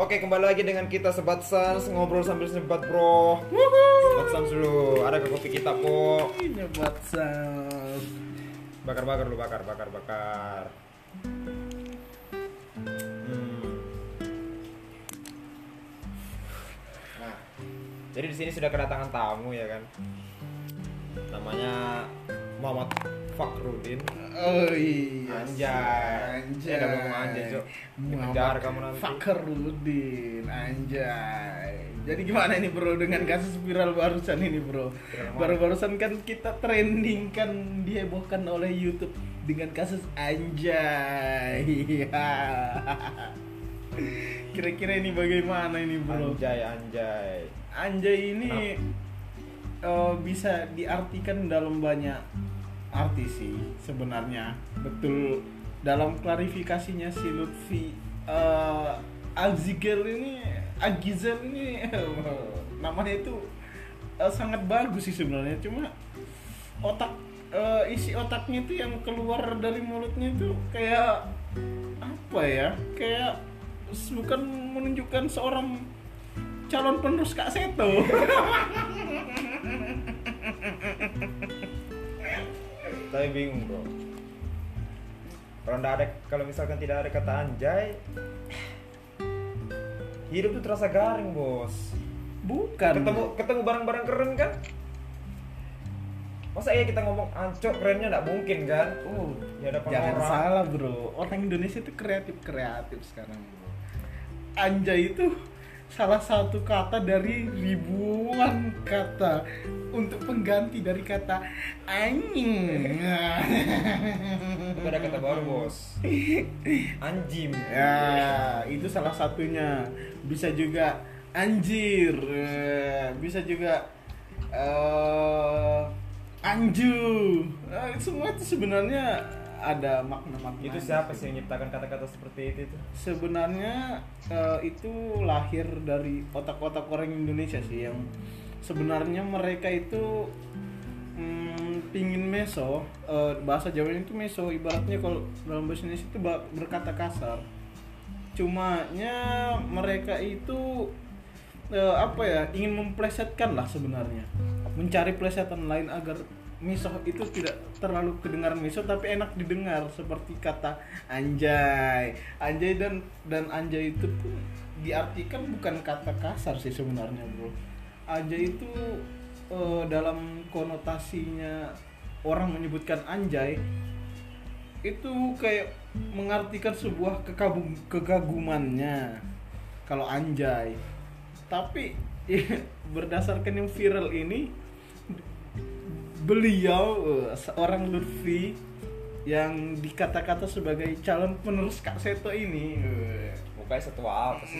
Oke, kembali lagi dengan kita Sobat Sans, ngobrol sambil sebat bro. Sobat Sans dulu, ada ke kopi kita po. Nyebat Sans. Bakar lu, bakar. Nah, jadi di sini sudah kedatangan tamu ya kan. Namanya Muhammad Fakhrudin. Oh iya. Anjay. Ya udah ngomong anjay, Cok. Dikejar kamu nanti. Fakhrudin, anjay. Jadi gimana ini bro dengan kasus viral barusan ini bro? Barusan kan kita trending kan dihebohkan oleh YouTube dengan kasus anjay. Kira-kira ini bagaimana ini bro? Anjay. Anjay ini bisa diartikan dalam banyak arti sih sebenarnya. Betul, dalam klarifikasinya si Lutfi Agizel ini namanya itu sangat bagus sih sebenarnya. Cuma isi otaknya itu yang keluar dari mulutnya itu kayak apa ya? Kayak bukan menunjukkan seorang calon penerus Kak Seto. Tapi bingung bro. Kalau misalkan tidak ada kata anjay, hidup tuh terasa garing bos. Bukan. Ketemu barang-barang keren kan? Masa iya kita ngomong ancok kerennya nggak mungkin kan? Ya ada Jangan orang. salah bro. Orang Indonesia itu kreatif sekarang bro. Anjay itu salah satu kata dari ribuan kata untuk pengganti dari kata anjing. Itu ada kata baru bos. Anjim. Ya, itu salah satunya. Bisa juga anjir. Bisa juga anju. Semua itu sebenarnya ada makna-makna. Itu siapa sih yang menciptakan kata-kata seperti itu? Sebenarnya itu lahir dari otak-otak orang Indonesia sih, yang sebenarnya mereka itu pingin meso. Bahasa Jawanya itu meso, ibaratnya kalau dalam bahasa Indonesia itu berkata kasar. Cumanya mereka itu ingin memplesetkan lah sebenarnya, mencari plesetan lain agar miso itu tidak terlalu kedengaran miso tapi enak didengar, seperti kata anjay dan anjay itu pun diartikan bukan kata kasar sih sebenarnya bro. Anjay itu dalam konotasinya orang menyebutkan anjay itu kayak mengartikan sebuah kekagumannya kalau anjay. Tapi berdasarkan yang viral ini, beliau seorang Lutfi yang dikata-kata sebagai calon penerus Kak Seto ini, mukanya setua apa sih?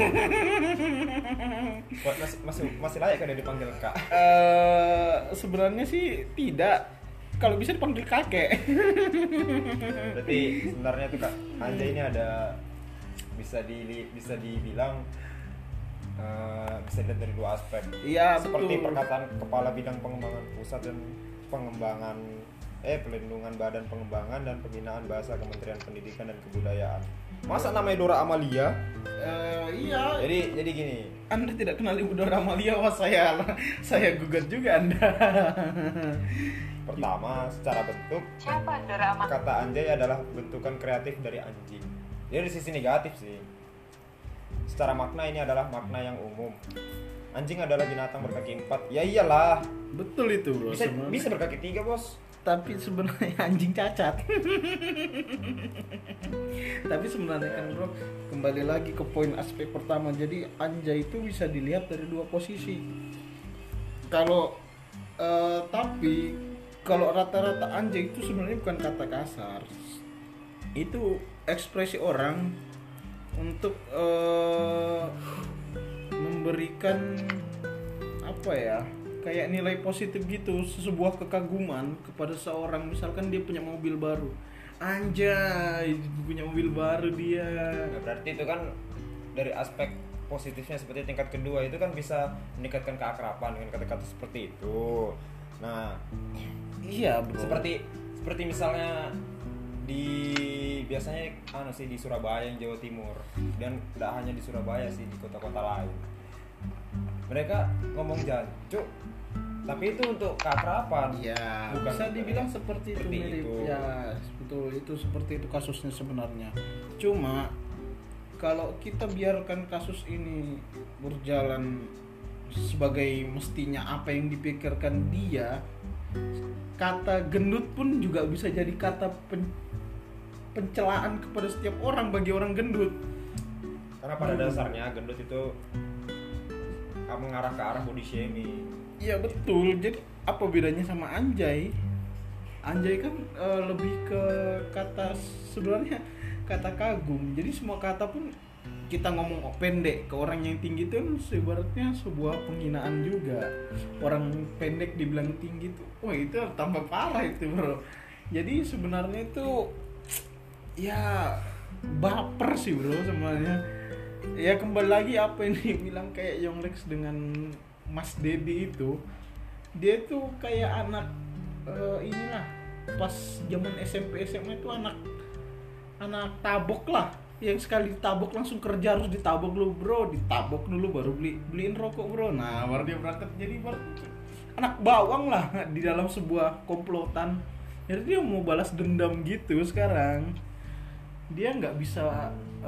masih layak kan dia dipanggil Kak? Sebenarnya sih tidak. Kalau bisa dipanggil kakek. Berarti sebenarnya tuh Kak Anjay ini ada bisa dibilang bisa dilihat dari dua aspek. Iya, seperti betul. perkataan Kepala Bidang Pengembangan Pusat dan Pelindungan Badan Pengembangan dan Pembinaan Bahasa Kementerian Pendidikan dan Kebudayaan. Masa namanya Dora Amalia? Iya. Jadi gini. Anda tidak kenal Ibu Dora Amalia? Wah, saya gugat juga Anda. Pertama, secara bentuk, kata anjay adalah bentukan kreatif dari anjing. Jadi dari sisi negatif sih. Secara makna ini adalah makna yang umum. Anjing adalah binatang berkaki 4. Ya iyalah. Betul itu bro. Bisa berkaki 3 bos. Tapi sebenarnya anjing cacat. Tapi sebenarnya kan bro, kembali lagi ke poin aspek pertama. Jadi anjay itu bisa dilihat dari dua posisi. Tapi kalau rata-rata anjay itu sebenarnya bukan kata kasar. Itu ekspresi orang untuk memberikan kayak nilai positif gitu, sebuah kekaguman kepada seorang. Misalkan dia punya mobil baru, anjay punya mobil baru dia. Nah, berarti itu kan dari aspek positifnya. Seperti tingkat kedua itu kan bisa meningkatkan keakraban dengan kata-kata seperti itu. Nah, iya bro. seperti misalnya di biasanya sih di Surabaya yang Jawa Timur, dan tidak hanya di Surabaya sih, di kota-kota lain mereka ngomong jancuk, tapi itu untuk keakraban. Ya, bukan bisa dibilang seperti itu mirip. itu. Ya, betul, itu seperti itu kasusnya sebenarnya. Cuma kalau kita biarkan kasus ini berjalan sebagai mestinya apa yang dipikirkan dia, kata gendut pun juga bisa jadi kata pencelaan kepada setiap orang bagi orang gendut. Karena pada dasarnya gendut itu mengarah ke arah body shaming. Iya betul. Jadi apa bedanya sama anjay? Anjay kan lebih ke kata sebenarnya kata kagum. Jadi semua kata pun kita ngomong pendek ke orang yang tinggi itu sebenarnya sebuah penghinaan juga. Orang pendek dibilang tinggi tuh, wah itu tambah parah itu bro. Jadi sebenarnya itu ya baper sih bro sebenarnya. Ya kembali lagi apa yang dibilang kayak Yonglex dengan Mas Dedi itu, dia tuh kayak anak inilah pas zaman SMP SMA itu anak tabok lah, yang sekali ditabok langsung kerja, harus ditabok dulu bro, ditabok dulu baru beliin rokok bro, nah baru dia berangkat. Jadi baru anak bawang lah di dalam sebuah komplotan. Jadi dia mau balas dendam gitu. Sekarang dia nggak bisa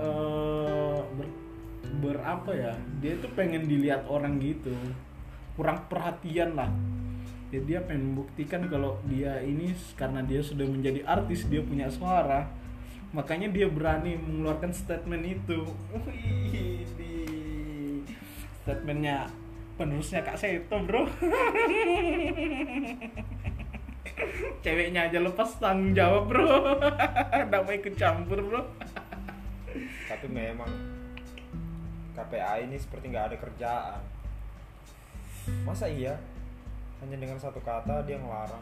berapa ya, dia tuh pengen dilihat orang gitu, kurang perhatian lah. Jadi dia pengen membuktikan kalau dia ini karena dia sudah menjadi artis, dia punya suara, makanya dia berani mengeluarkan statement itu. Wih, statementnya penerusnya Kak Seto bro. Ceweknya aja lepas tanggung jawab bro. Nggak mau ikut campur bro. Tapi memang KPA ini seperti nggak ada kerjaan. Masa iya hanya dengan satu kata dia ngelarang?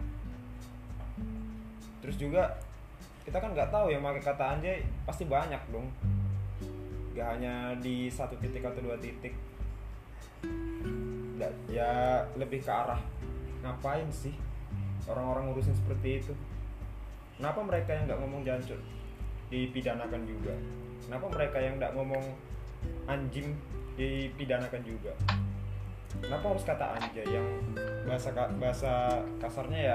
Terus juga kita kan nggak tahu yang pakai kata anjay pasti banyak dong, nggak hanya di satu titik atau dua titik. Ya lebih ke arah ngapain sih orang-orang ngurusin seperti itu? Kenapa mereka yang nggak ngomong jancur dipidanakan juga? Kenapa mereka yang nggak ngomong anjing dipidanakan juga? Kenapa harus kata anjay yang bahasa kasarnya ya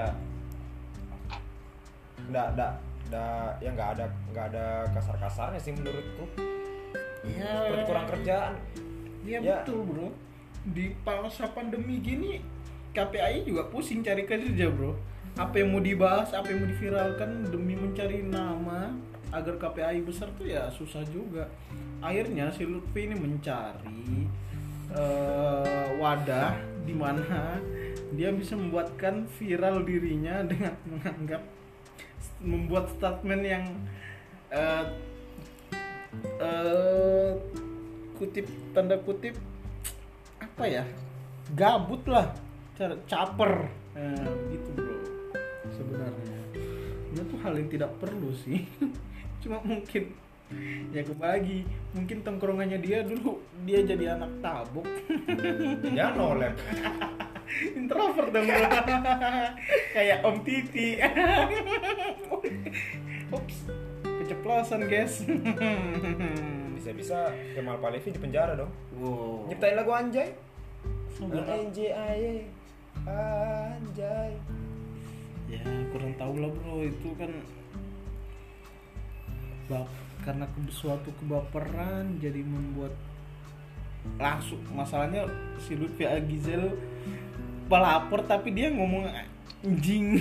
nggak ada kasar-kasarnya sih menurutku. Ya, seperti kurang kerjaan. Iya ya. Betul bro. Di masa pandemi gini KPAI juga pusing cari kerja bro. Apa yang mau dibahas, apa yang mau diviralkan demi mencari nama agar KPAI besar tuh ya susah juga. Akhirnya si Lutfi ini mencari wadah di mana dia bisa membuatkan viral dirinya dengan membuat statement yang kutip tanda kutip apa ya, gabut lah, caper gitu bro. Sebenarnya itu hal yang tidak perlu sih. Cuma mungkin ya kebagi, mungkin tongkrongannya dia dulu dia jadi anak tabok. Ya nolep. Introvert dong bro. Kayak Om Titi. Ups, keceplosan guys. Bisa-bisa Kemal Palevi di penjara dong. Wow. Nyiptain lagu anjay. Anjay. Anjay. Ya kurang tahu lah bro, itu kan karena suatu kebaperan jadi membuat langsung. Masalahnya si Lutfi Agizel pelapor tapi dia ngomong anjing.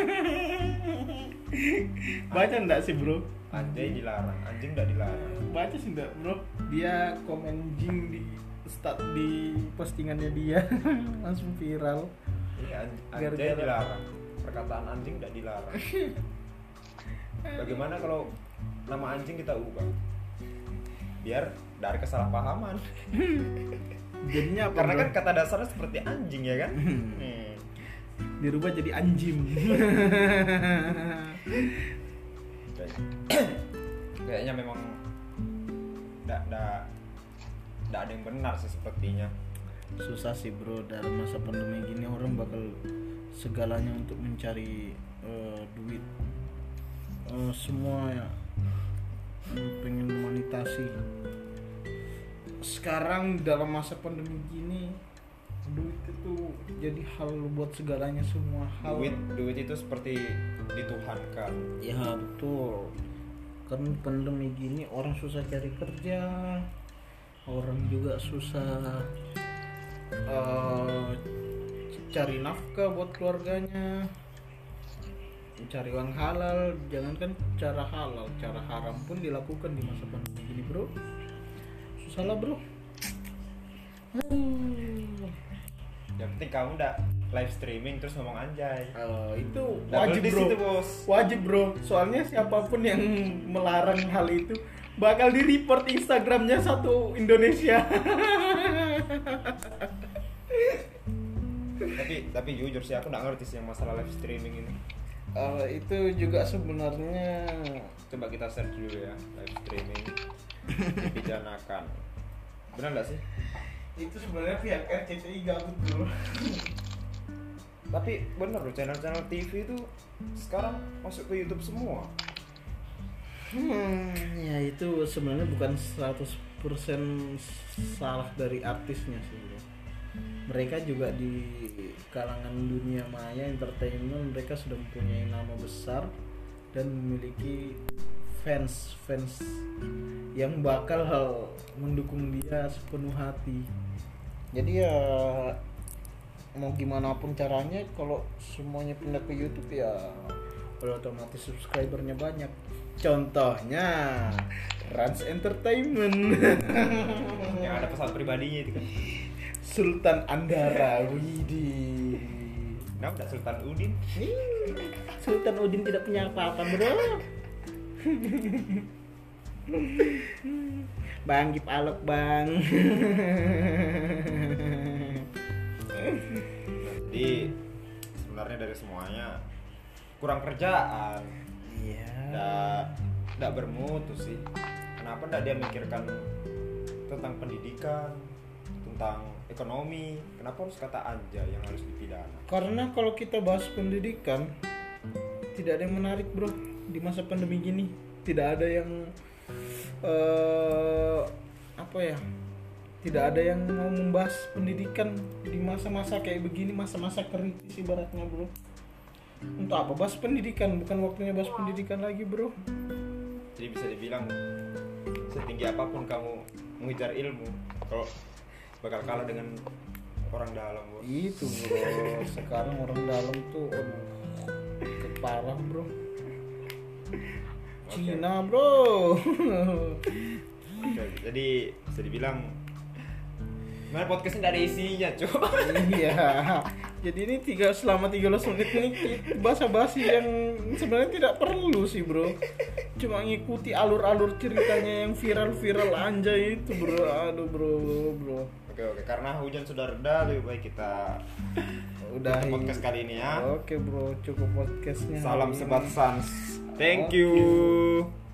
Baca enggak sih bro? Anjay dilarang, anjing enggak dilarang. Baca sih enggak bro? Dia komen jing di postingannya dia. Langsung viral. Iya, anjay dilarang. Perkataan anjing enggak dilarang. Bagaimana kalau nama anjing kita ubah? Biar dari kesalahpahaman. Jadinya apa? Karena bro? kan kata dasarnya seperti anjing ya kan? Dirubah jadi anjing. Kayaknya memang enggak ada yang benar sih sepertinya. Susah sih bro, dalam masa pandemi gini orang bakal segalanya untuk mencari duit. semua ya pengen monetasi. Sekarang dalam masa pandemi gini, duit itu jadi hal buat segalanya, semua hal. Duit itu seperti dituhankan. Ya betul. Kan pandemi gini orang susah cari kerja, orang juga susah cari nafkah buat keluarganya, mencari uang halal. Jangankan cara halal, cara haram pun dilakukan di masa pandemi gini, bro. Susah lah, bro. Yang penting kamu udah live streaming terus ngomong anjay. Itu Double wajib, di bro. situ, bos. Wajib, bro. Soalnya siapapun yang melarang hal itu bakal di-report Instagramnya satu Indonesia. tapi jujur sih aku nggak ngerti sih yang masalah live streaming ini. Itu juga sebenarnya, Coba kita search dulu ya, live streaming dipidanakan. Benar nggak sih? itu sebenarnya pihak RCTI gabut, bro. Tapi bener loh, channel-channel TV itu sekarang masuk ke YouTube semua. Ya itu sebenarnya bukan 100% salah dari artisnya sih, bro. Mereka juga di kalangan dunia maya entertainment, mereka sudah mempunyai nama besar dan memiliki fans yang bakal mendukung dia sepenuh hati. Jadi ya mau gimana pun caranya, kalau semuanya pindah ke YouTube ya otomatis subscribernya banyak. Contohnya Rans Entertainment Yang ada pesawat pribadinya itu kan. Sultan Andara, widih. Kenapa nggak Sultan Udin? Sultan Udin tidak punya apa-apa, bro. Bang, gip alok, bang. Jadi sebenarnya dari semuanya kurang kerjaan. Iya. Nggak bermutu sih. Kenapa nggak dia mikirkan tentang pendidikan, tentang ekonomi? Kenapa harus kata anja yang harus dipidana? Karena kalau kita bahas pendidikan, tidak ada yang menarik, bro. Di masa pandemi gini tidak ada yang tidak ada yang mau membahas pendidikan di masa-masa kayak begini, masa-masa kritis ibaratnya, bro. Untuk apa bahas pendidikan? Bukan waktunya bahas pendidikan lagi, bro. Jadi bisa dibilang setinggi apapun kamu mengejar ilmu, kalau bakal kalah dengan orang dalam, bro. Itu, bro. Sekarang orang dalam tuh parah, bro. Cina, bro. Oke, jadi bisa dibilang mana podcastnya dari isinya, coba. Iya. Jadi ini selama 13 menit ini basa-basi yang sebenarnya tidak perlu sih, bro. Cuma ngikuti alur-alur ceritanya yang viral-viral anjay itu, bro. Aduh, bro. Oke, karena hujan sudah reda, lebih baik kita udah podcast kali ini ya. Oke, bro, cukup podcastnya. Salam Sebat Sans. Thank you.